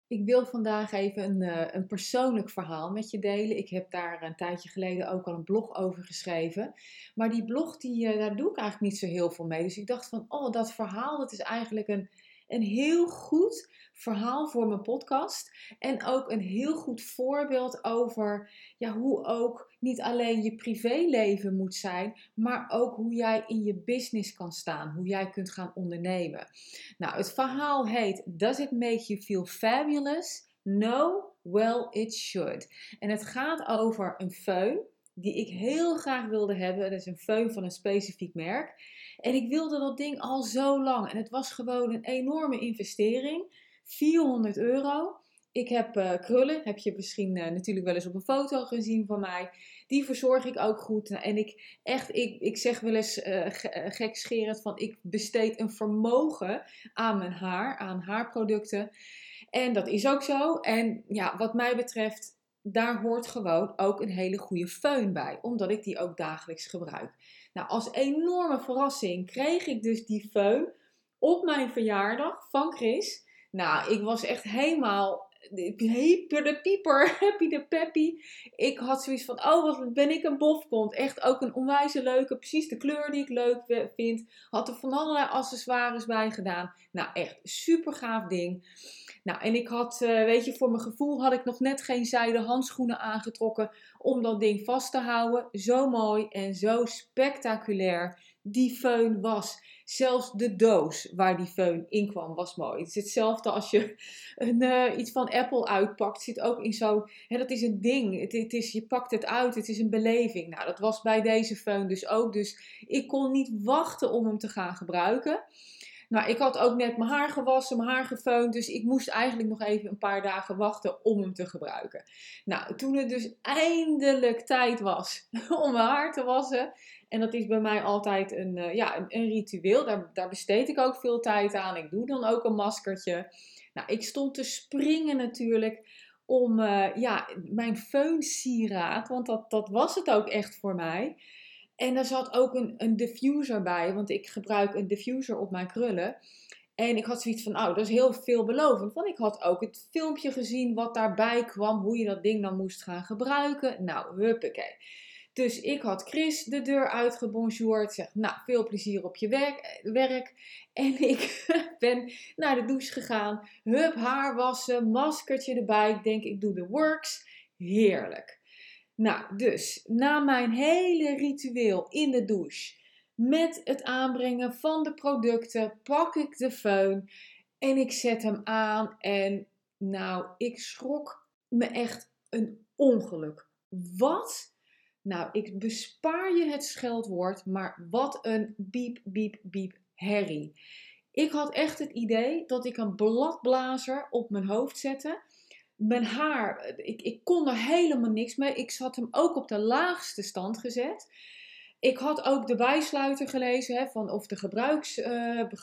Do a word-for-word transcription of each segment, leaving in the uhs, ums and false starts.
Ik wil vandaag even een, eh, een persoonlijk verhaal met je delen. Ik heb daar een tijdje geleden ook al een blog over geschreven. Maar die blog, die, eh, daar doe ik eigenlijk niet zo heel veel mee. Dus ik dacht van, oh, dat verhaal, dat is eigenlijk een, een heel goed verhaal voor mijn podcast. En ook een heel goed voorbeeld over ja, hoe ook niet alleen je privéleven moet zijn, maar ook hoe jij in je business kan staan. Hoe jij kunt gaan ondernemen. Nou, het verhaal heet Does it make you feel fabulous? No? Well, it should. En het gaat over een föhn die ik heel graag wilde hebben. Dat is een föhn van een specifiek merk. En ik wilde dat ding al zo lang. En het was gewoon een enorme investering. vierhonderd euro. Ik heb uh, krullen, heb je misschien uh, natuurlijk wel eens op een foto gezien van mij. Die verzorg ik ook goed. En ik, echt, ik, ik zeg wel eens uh, gekscherend van ik besteed een vermogen aan mijn haar, aan haarproducten. En dat is ook zo. En ja, wat mij betreft, daar hoort gewoon ook een hele goede föhn bij. Omdat ik die ook dagelijks gebruik. Nou, als enorme verrassing kreeg ik dus die föhn op mijn verjaardag van Chris. Nou, ik was echt helemaal hyper de pieper, happy de peppy. Ik had zoiets van, oh wat ben ik een bofkont. Echt ook een onwijze leuke, precies de kleur die ik leuk vind. Had er van allerlei accessoires bij gedaan. Nou echt, super gaaf ding. Nou, en ik had, uh, weet je, voor mijn gevoel had ik nog net geen zijden handschoenen aangetrokken om dat ding vast te houden. Zo mooi en zo spectaculair die föhn was. Zelfs de doos waar die föhn in kwam was mooi. Het is hetzelfde als je een, uh, iets van Apple uitpakt. Zit ook in zo'n, hè, dat is een ding. Het, het is, je pakt het uit, het is een beleving. Nou, dat was bij deze föhn dus ook. Dus ik kon niet wachten om hem te gaan gebruiken. Nou, ik had ook net mijn haar gewassen, mijn haar gefeund. Dus ik moest eigenlijk nog even een paar dagen wachten om hem te gebruiken. Nou, toen het dus eindelijk tijd was om mijn haar te wassen. En dat is bij mij altijd een, uh, ja, een, een ritueel. Daar, daar besteed ik ook veel tijd aan. Ik doe dan ook een maskertje. Nou, ik stond te springen natuurlijk om uh, ja, mijn föhnsieraad. Want dat, dat was het ook echt voor mij. En daar zat ook een, een diffuser bij, want ik gebruik een diffuser op mijn krullen. En ik had zoiets van, oh, dat is heel veelbelovend. Want ik had ook het filmpje gezien wat daarbij kwam, hoe je dat ding dan moest gaan gebruiken. Nou, huppakee. Dus ik had Chris de deur uitgebonjourd. Zeg, nou, veel plezier op je werk. werk. En ik ben naar de douche gegaan. Hup, haar wassen, maskertje erbij. Ik denk, ik doe de works. Heerlijk. Nou, dus na mijn hele ritueel in de douche, met het aanbrengen van de producten, pak ik de föhn en ik zet hem aan. En nou, ik schrok me echt een ongeluk. Wat? Nou, ik bespaar je het scheldwoord, maar wat een biep, biep, biep herrie. Ik had echt het idee dat ik een bladblazer op mijn hoofd zette. Mijn haar, ik, ik kon er helemaal niks mee. Ik had hem ook op de laagste stand gezet. Ik had ook de bijsluiter gelezen hè, van, of de gebruiksbegeleiding.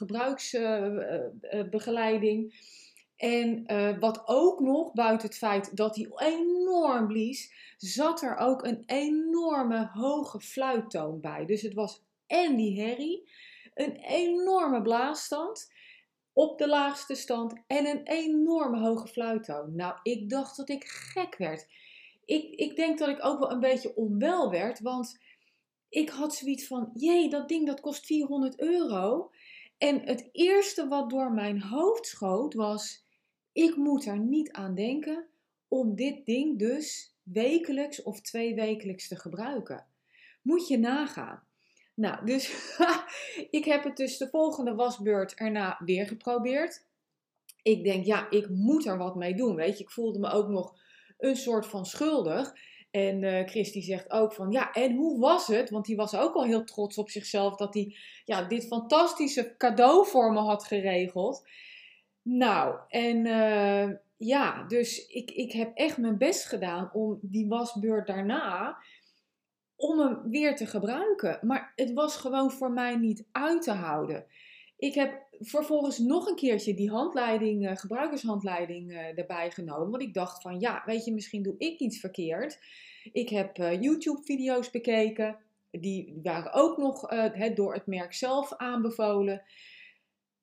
gebruiksbegeleiding. Uh, uh, en uh, wat ook nog, buiten het feit dat hij enorm blies, zat er ook een enorme hoge fluittoon bij. Dus het was en die herrie, een enorme blaasstand op de laagste stand en een enorme hoge fluittoon. Nou, ik dacht dat ik gek werd. Ik, ik denk dat ik ook wel een beetje onwel werd, want ik had zoiets van, jee, dat ding dat kost vierhonderd euro. En het eerste wat door mijn hoofd schoot was, ik moet er niet aan denken om dit ding dus wekelijks of tweewekelijks te gebruiken. Moet je nagaan. Nou, dus ik heb het dus de volgende wasbeurt erna weer geprobeerd. Ik denk, ja, ik moet er wat mee doen, weet je. Ik voelde me ook nog een soort van schuldig. En uh, Chris die zegt ook van, ja, en hoe was het? Want die was ook al heel trots op zichzelf dat hij ja, dit fantastische cadeau voor me had geregeld. Nou, en uh, ja, dus ik, ik heb echt mijn best gedaan om die wasbeurt daarna om hem weer te gebruiken. Maar het was gewoon voor mij niet uit te houden. Ik heb vervolgens nog een keertje die handleiding, uh, gebruikershandleiding uh, erbij genomen. Want ik dacht van, ja, weet je, misschien doe ik iets verkeerd. Ik heb uh, YouTube-video's bekeken. Die waren ook nog uh, he, door het merk zelf aanbevolen.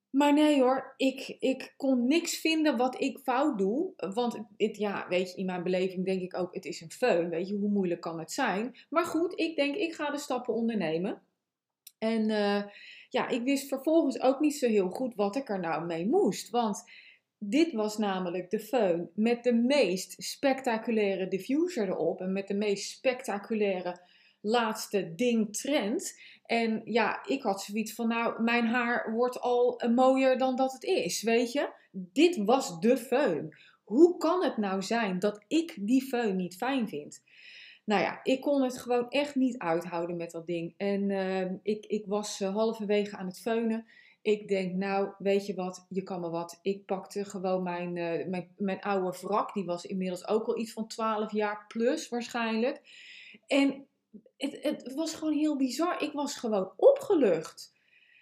Maar nee hoor, ik, ik kon niks vinden wat ik fout doe. Want het, ja, weet je, in mijn beleving denk ik ook, het is een föhn. Weet je, hoe moeilijk kan het zijn? Maar goed, ik denk, ik ga de stappen ondernemen. En eh, ja, ik wist vervolgens ook niet zo heel goed wat ik er nou mee moest. Want dit was namelijk de föhn met de meest spectaculaire diffuser erop. En met de meest spectaculaire laatste ding trend. En ja, ik had zoiets van, nou, mijn haar wordt al eh, mooier dan dat het is, weet je. Dit was de föhn. Hoe kan het nou zijn dat ik die föhn niet fijn vind? Nou ja, ik kon het gewoon echt niet uithouden met dat ding. En uh, ik, ik was uh, halverwege aan het feunen. Ik denk, nou, weet je wat, je kan me wat. Ik pakte gewoon mijn, uh, mijn, mijn oude wrak. Die was inmiddels ook al iets van twaalf jaar plus waarschijnlijk. En het, het was gewoon heel bizar. Ik was gewoon opgelucht.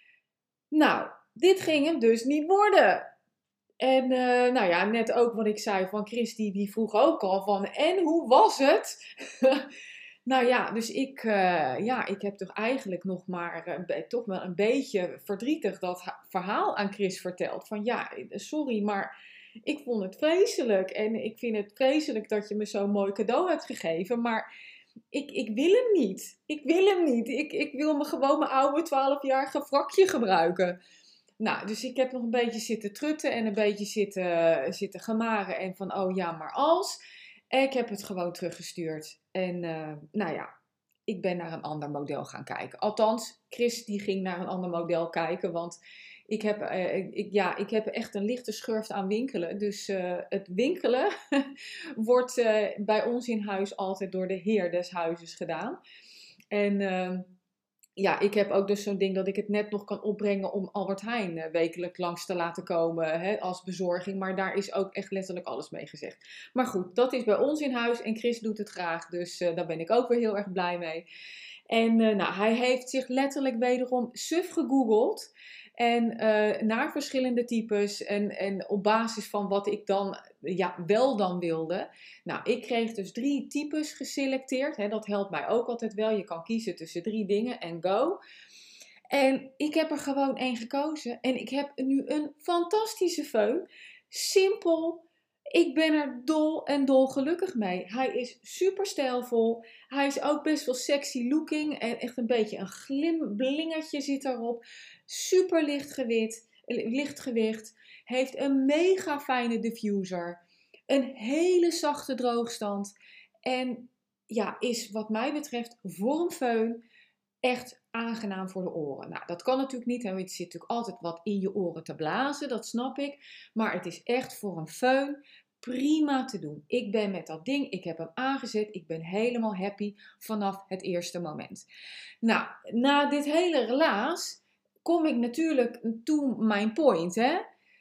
Nou, dit ging hem dus niet worden. En uh, nou ja, net ook wat ik zei van Christy, die vroeg ook al van, en hoe was het? Nou ja, dus ik, uh, ja, ik heb toch eigenlijk nog maar uh, toch wel een beetje verdrietig dat ha- verhaal aan Chris verteld. Van ja, sorry, maar ik vond het vreselijk. En ik vind het vreselijk dat je me zo'n mooi cadeau hebt gegeven. Maar ik, ik wil hem niet. Ik wil hem niet. Ik, ik wil me gewoon mijn oude twaalfjarige wrakje gebruiken. Nou, dus ik heb nog een beetje zitten trutten en een beetje zitten, zitten gemaren. En van, oh ja, maar als. En ik heb het gewoon teruggestuurd. En uh, nou ja, ik ben naar een ander model gaan kijken. Althans, Chris die ging naar een ander model kijken. Want ik heb, uh, ik, ja, ik heb echt een lichte schurft aan winkelen. Dus uh, het winkelen wordt uh, bij ons in huis altijd door de heer des huizes gedaan. En... Uh, ja, ik heb ook dus zo'n ding dat ik het net nog kan opbrengen om Albert Heijn uh, wekelijk langs te laten komen hè, als bezorging. Maar daar is ook echt letterlijk alles mee gezegd. Maar goed, dat is bij ons in huis en Chris doet het graag. Dus uh, daar ben ik ook weer heel erg blij mee. En uh, nou, hij heeft zich letterlijk wederom suf gegoogeld. En uh, naar verschillende types. En, en op basis van wat ik dan ja, wel dan wilde. Nou, ik kreeg dus drie types geselecteerd. Hè, dat helpt mij ook altijd wel. Je kan kiezen tussen drie dingen en go. En ik heb er gewoon één gekozen. En ik heb nu een fantastische föhn. Simpel. Ik ben er dol en dol gelukkig mee. Hij is super stijlvol. Hij is ook best wel sexy looking. En echt een beetje een glimblingertje zit erop. Super lichtgewicht. lichtgewicht. Heeft een mega fijne diffuser. Een hele zachte droogstand. En ja, is wat mij betreft voor een föhn echt aangenaam voor de oren. Nou, dat kan natuurlijk niet. Hè? Het zit natuurlijk altijd wat in je oren te blazen. Dat snap ik. Maar het is echt voor een föhn prima te doen. Ik ben met dat ding. Ik heb hem aangezet. Ik ben helemaal happy vanaf het eerste moment. Nou, na dit hele relaas kom ik natuurlijk to mijn point. Hè?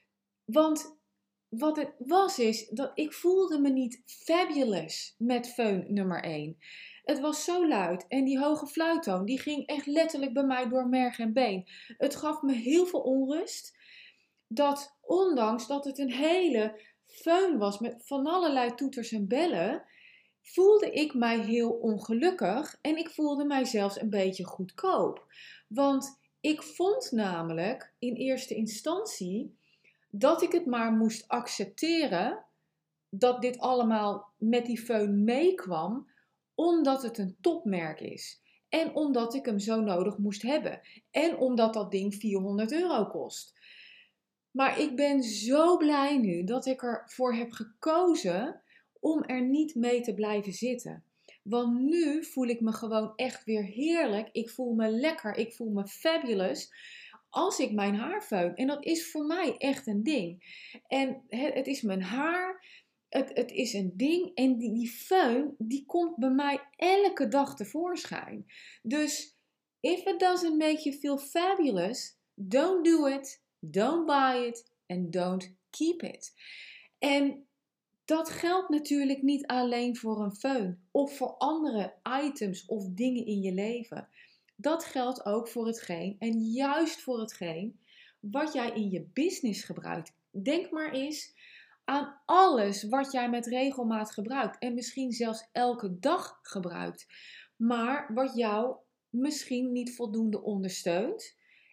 Want wat het was is dat ik voelde me niet fabulous met föhn nummer één. Het was zo luid en die hoge fluittoon die ging echt letterlijk bij mij door merg en been. Het gaf me heel veel onrust. Dat ondanks dat het een hele föhn was met van allerlei toeters en bellen, voelde ik mij heel ongelukkig en ik voelde mij zelfs een beetje goedkoop. Want ik vond namelijk in eerste instantie dat ik het maar moest accepteren dat dit allemaal met die föhn meekwam, omdat het een topmerk is. En omdat ik hem zo nodig moest hebben. En omdat dat ding vierhonderd euro kost. Maar ik ben zo blij nu dat ik ervoor heb gekozen om er niet mee te blijven zitten. Want nu voel ik me gewoon echt weer heerlijk. Ik voel me lekker. Ik voel me fabulous als ik mijn haar föhn. En dat is voor mij echt een ding. En het, het is mijn haar. Het, het is een ding. En die, die föhn, die komt bij mij elke dag tevoorschijn. Dus if it doesn't make you feel fabulous, don't do it. Don't buy it. And don't keep it. En dat geldt natuurlijk niet alleen voor een föhn. Of voor andere items of dingen in je leven. Dat geldt ook voor hetgeen, en juist voor hetgeen, wat jij in je business gebruikt. Denk maar eens aan alles wat jij met regelmaat gebruikt. En misschien zelfs elke dag gebruikt. Maar wat jou misschien niet voldoende ondersteunt.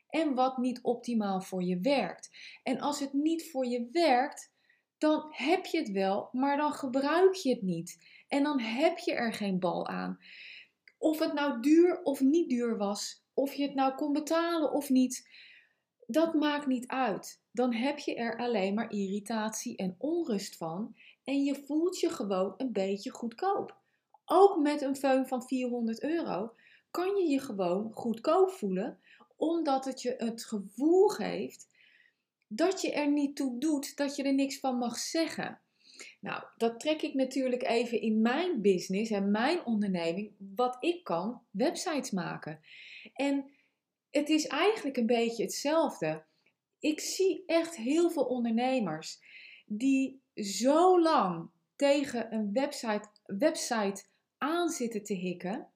en wat niet optimaal voor je werkt. En als het niet voor je werkt, dan heb je het wel, maar dan gebruik je het niet. En dan heb je er geen bal aan. Of het nou duur of niet duur was, of je het nou kon betalen of niet, dat maakt niet uit. Dan heb je er alleen maar irritatie en onrust van en je voelt je gewoon een beetje goedkoop. Ook met een föhn van vierhonderd euro kan je je gewoon goedkoop voelen, omdat het je het gevoel geeft dat je er niet toe doet, dat je er niks van mag zeggen. Nou, dat trek ik natuurlijk even in mijn business en mijn onderneming, wat ik kan, websites maken. En het is eigenlijk een beetje hetzelfde. Ik zie echt heel veel ondernemers die zo lang tegen een website, website aan zitten te hikken.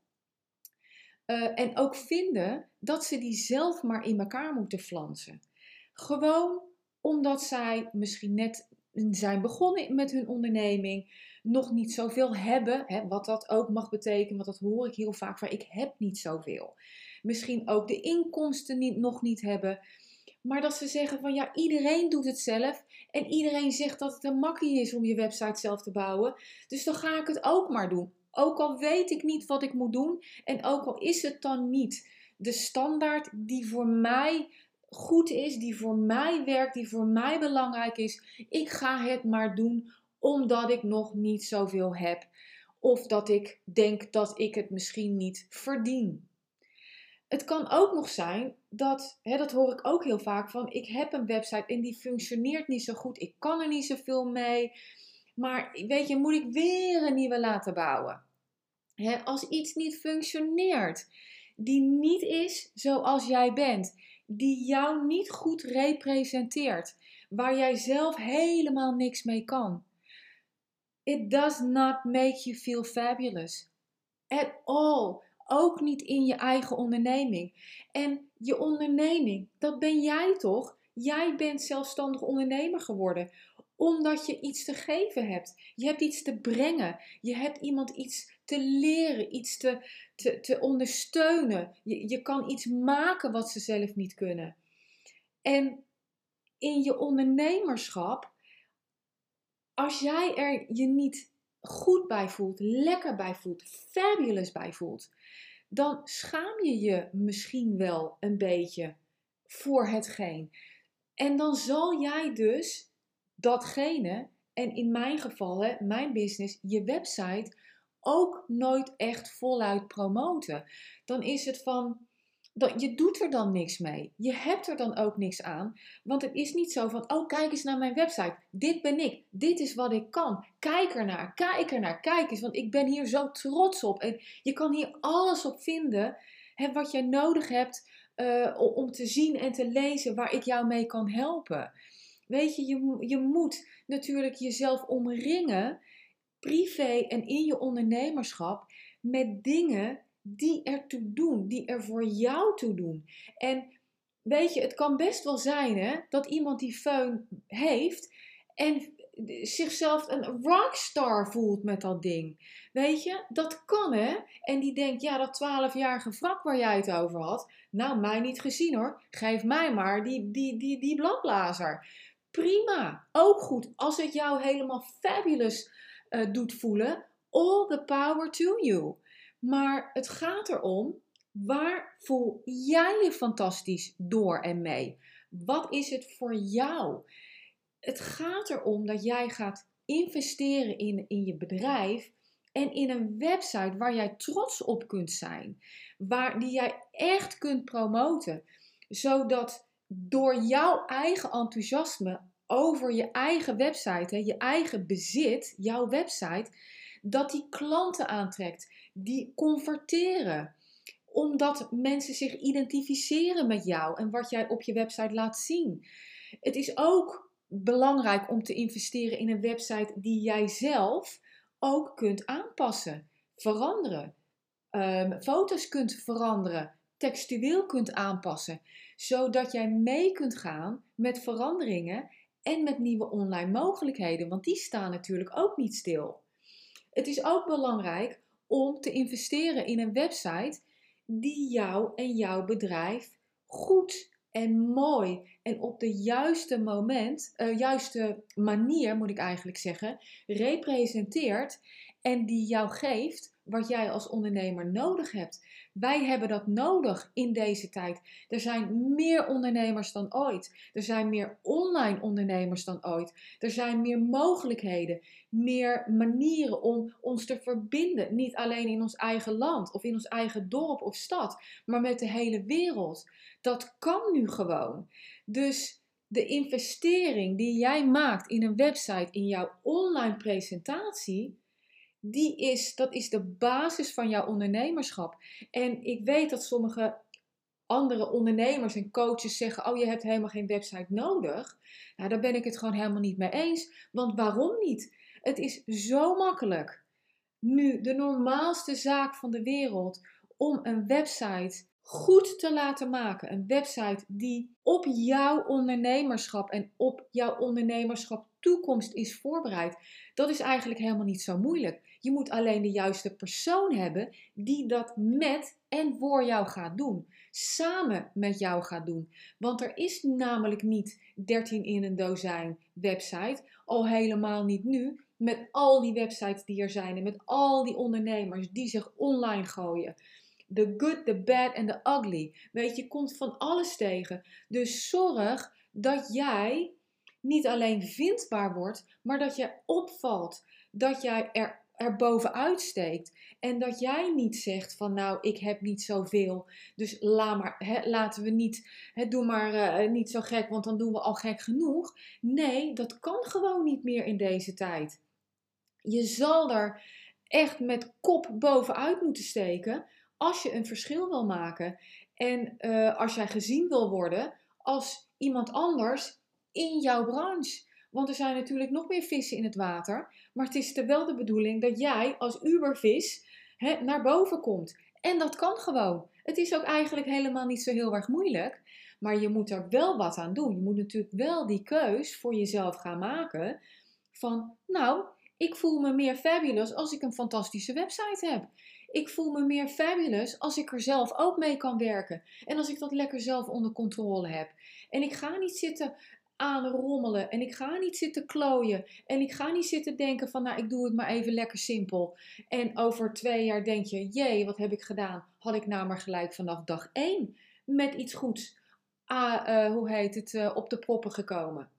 Uh, en ook vinden dat ze die zelf maar in elkaar moeten flansen. Gewoon omdat zij misschien net zijn begonnen met hun onderneming, nog niet zoveel hebben, hè, wat dat ook mag betekenen, want dat hoor ik heel vaak van, ik heb niet zoveel. Misschien ook de inkomsten niet, nog niet hebben, maar dat ze zeggen van ja, iedereen doet het zelf en iedereen zegt dat het een makkie is om je website zelf te bouwen, dus dan ga ik het ook maar doen. Ook al weet ik niet wat ik moet doen en ook al is het dan niet de standaard die voor mij goed is, die voor mij werkt, die voor mij belangrijk is. Ik ga het maar doen omdat ik nog niet zoveel heb. Of dat ik denk dat ik het misschien niet verdien. Het kan ook nog zijn dat, hè, dat hoor ik ook heel vaak van, ik heb een website en die functioneert niet zo goed. Ik kan er niet zoveel mee. Maar weet je, moet ik weer een nieuwe laten bouwen? Hè, als iets niet functioneert, die niet is zoals jij bent, die jou niet goed representeert, waar jij zelf helemaal niks mee kan. It does not make you feel fabulous. At all. Ook niet in je eigen onderneming. En je onderneming, dat ben jij toch? Jij bent zelfstandig ondernemer geworden. Omdat je iets te geven hebt. Je hebt iets te brengen. Je hebt iemand iets te leren. Iets te, te, te ondersteunen. Je, je kan iets maken wat ze zelf niet kunnen. En in je ondernemerschap, als jij er je niet goed bij voelt, lekker bij voelt, fabulous bij voelt, dan schaam je je misschien wel een beetje voor hetgeen. En dan zal jij dus datgene, en in mijn geval, hè, mijn business, je website, ook nooit echt voluit promoten. Dan is het van, dat, je doet er dan niks mee. Je hebt er dan ook niks aan. Want het is niet zo van, oh kijk eens naar mijn website. Dit ben ik. Dit is wat ik kan. Kijk ernaar. Kijk ernaar. Kijk eens. Want ik ben hier zo trots op. En je kan hier alles op vinden. Hè, wat jij nodig hebt uh, om te zien en te lezen. Waar ik jou mee kan helpen. Weet je, je, je moet natuurlijk jezelf omringen. Privé en in je ondernemerschap. Met dingen die ertoe doen, die er voor jou toe doen. En weet je, het kan best wel zijn hè, dat iemand die föhn heeft en zichzelf een rockstar voelt met dat ding. Weet je, dat kan hè. En die denkt, ja, dat twaalfjarige wrak waar jij het over had, nou, mij niet gezien hoor. Geef mij maar die, die, die, die bladblazer. Prima, ook goed. Als het jou helemaal fabulous uh, doet voelen, all the power to you. Maar het gaat erom, waar voel jij je fantastisch door en mee? Wat is het voor jou? Het gaat erom dat jij gaat investeren in, in je bedrijf en in een website waar jij trots op kunt zijn. Waar, die jij echt kunt promoten. Zodat door jouw eigen enthousiasme over je eigen website, hè, je eigen bezit, jouw website, dat die klanten aantrekt, die converteren. Omdat mensen zich identificeren met jou en wat jij op je website laat zien. Het is ook belangrijk om te investeren in een website die jij zelf ook kunt aanpassen, veranderen. Um, foto's kunt veranderen, textueel kunt aanpassen, zodat jij mee kunt gaan met veranderingen en met nieuwe online mogelijkheden, want die staan natuurlijk ook niet stil. Het is ook belangrijk om te investeren in een website die jou en jouw bedrijf goed en mooi en op de juiste moment, uh, juiste manier moet ik eigenlijk zeggen, representeert en die jou geeft wat jij als ondernemer nodig hebt. Wij hebben dat nodig in deze tijd. Er zijn meer ondernemers dan ooit. Er zijn meer online ondernemers dan ooit. Er zijn meer mogelijkheden, meer manieren om ons te verbinden. Niet alleen in ons eigen land of in ons eigen dorp of stad, maar met de hele wereld. Dat kan nu gewoon. Dus de investering die jij maakt in een website, in jouw online presentatie, die is, dat is de basis van jouw ondernemerschap. En ik weet dat sommige andere ondernemers en coaches zeggen, oh, je hebt helemaal geen website nodig. Nou, daar ben ik het gewoon helemaal niet mee eens. Want waarom niet? Het is zo makkelijk. Nu, de normaalste zaak van de wereld om een website goed te laten maken. Een website die op jouw ondernemerschap en op jouw ondernemerschap toekomst is voorbereid. Dat is eigenlijk helemaal niet zo moeilijk. Je moet alleen de juiste persoon hebben die dat met en voor jou gaat doen. Samen met jou gaat doen. Want er is namelijk niet dertien in een dozijn website. Al helemaal niet nu. Met al die websites die er zijn en met al die ondernemers die zich online gooien. The good, the bad en the ugly. Weet je, je komt van alles tegen. Dus zorg dat jij niet alleen vindbaar wordt, maar dat jij opvalt. Dat jij er, er bovenuit steekt. En dat jij niet zegt van nou, ik heb niet zoveel. Dus laat maar, he, laten we niet, he, doe maar uh, niet zo gek, want dan doen we al gek genoeg. Nee, dat kan gewoon niet meer in deze tijd. Je zal er echt met kop bovenuit moeten steken als je een verschil wil maken. En uh, als jij gezien wil worden als iemand anders in jouw branche. Want er zijn natuurlijk nog meer vissen in het water. Maar het is wel de bedoeling dat jij als ubervis he, naar boven komt. En dat kan gewoon. Het is ook eigenlijk helemaal niet zo heel erg moeilijk. Maar je moet er wel wat aan doen. Je moet natuurlijk wel die keus voor jezelf gaan maken. Van nou, ik voel me meer fabulous als ik een fantastische website heb. Ik voel me meer fabulous als ik er zelf ook mee kan werken. En als ik dat lekker zelf onder controle heb. En ik ga niet zitten aanrommelen. En ik ga niet zitten klooien. En ik ga niet zitten denken van nou, ik doe het maar even lekker simpel. En over twee jaar denk je, jee, wat heb ik gedaan? Had ik nou maar gelijk vanaf dag één met iets goeds, ah, uh, hoe heet het, uh, op de proppen gekomen.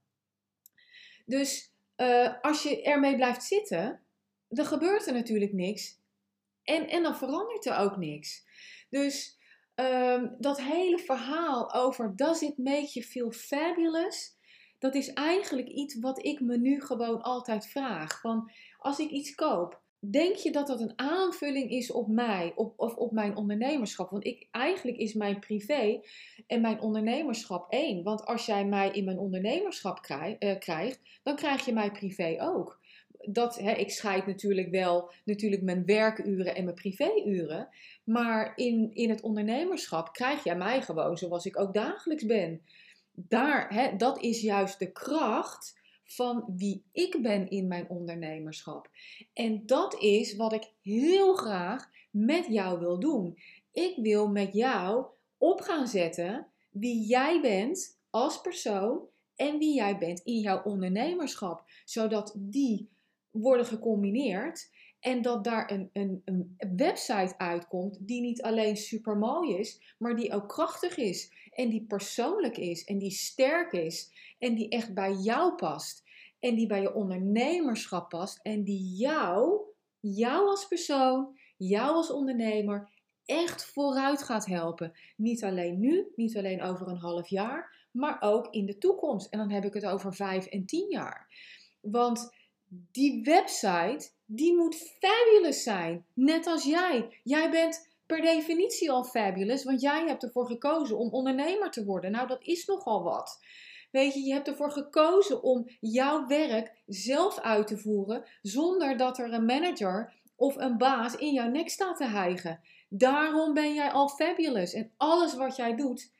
Dus Uh, als je ermee blijft zitten, dan gebeurt er natuurlijk niks. En, en dan verandert er ook niks. Dus um, dat hele verhaal over does it make you feel fabulous? Dat is eigenlijk iets wat ik me nu gewoon altijd vraag. Van als ik iets koop, denk je dat dat een aanvulling is op mij op, of op mijn ondernemerschap? Want ik, eigenlijk is mijn privé en mijn ondernemerschap één. Want als jij mij in mijn ondernemerschap krijg, uh, krijgt, dan krijg je mij privé ook. Dat, hè, ik scheid natuurlijk wel natuurlijk mijn werkuren en mijn privéuren. Maar in, in het ondernemerschap krijg jij mij gewoon zoals ik ook dagelijks ben. Daar, hè, dat is juist de kracht van wie ik ben in mijn ondernemerschap. En dat is wat ik heel graag met jou wil doen. Ik wil met jou op gaan zetten wie jij bent als persoon en wie jij bent in jouw ondernemerschap. Zodat die worden gecombineerd en dat daar een, een, een website uitkomt die niet alleen super mooi is, maar die ook krachtig is en die persoonlijk is en die sterk is en die echt bij jou past en die bij je ondernemerschap past en die jou, jou als persoon, jou als ondernemer echt vooruit gaat helpen. Niet alleen nu, niet alleen over een half jaar, maar ook in de toekomst. En dan heb ik het over vijf en tien jaar. Want die website, die moet fabulous zijn. Net als jij. Jij bent per definitie al fabulous, want jij hebt ervoor gekozen om ondernemer te worden. Nou, dat is nogal wat. Weet je, je hebt ervoor gekozen om jouw werk zelf uit te voeren, zonder dat er een manager of een baas in jouw nek staat te hijgen. Daarom ben jij al fabulous. En alles wat jij doet,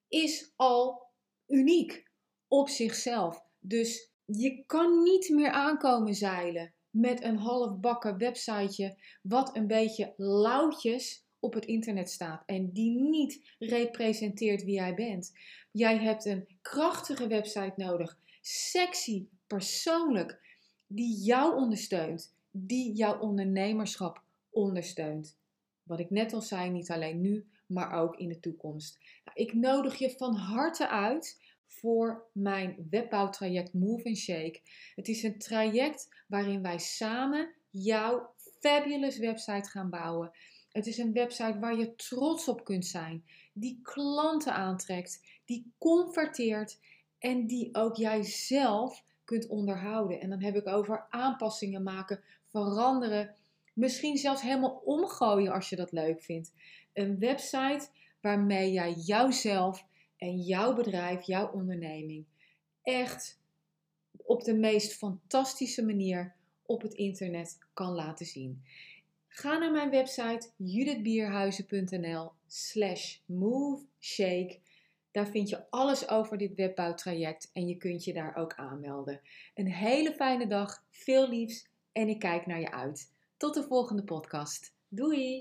is al uniek op zichzelf. Dus je kan niet meer aankomen zeilen met een halfbakken websiteje wat een beetje lauwtjes op het internet staat en die niet representeert wie jij bent. Jij hebt een krachtige website nodig, sexy, persoonlijk, die jou ondersteunt, die jouw ondernemerschap ondersteunt. Wat ik net al zei, niet alleen nu, maar ook in de toekomst. Nou, ik nodig je van harte uit voor mijn webbouwtraject Move and Shake. Het is een traject waarin wij samen jouw fabulous website gaan bouwen. Het is een website waar je trots op kunt zijn, die klanten aantrekt, die converteert en die ook jijzelf kunt onderhouden. En dan heb ik over aanpassingen maken, veranderen, misschien zelfs helemaal omgooien als je dat leuk vindt. Een website waarmee jij jouzelf en jouw bedrijf, jouw onderneming echt op de meest fantastische manier op het internet kan laten zien. Ga naar mijn website judithbierhuizen.nl slash moveshake. Daar vind je alles over dit webbouwtraject en je kunt je daar ook aanmelden. Een hele fijne dag, veel liefs en ik kijk naar je uit. Tot de volgende podcast. Doei!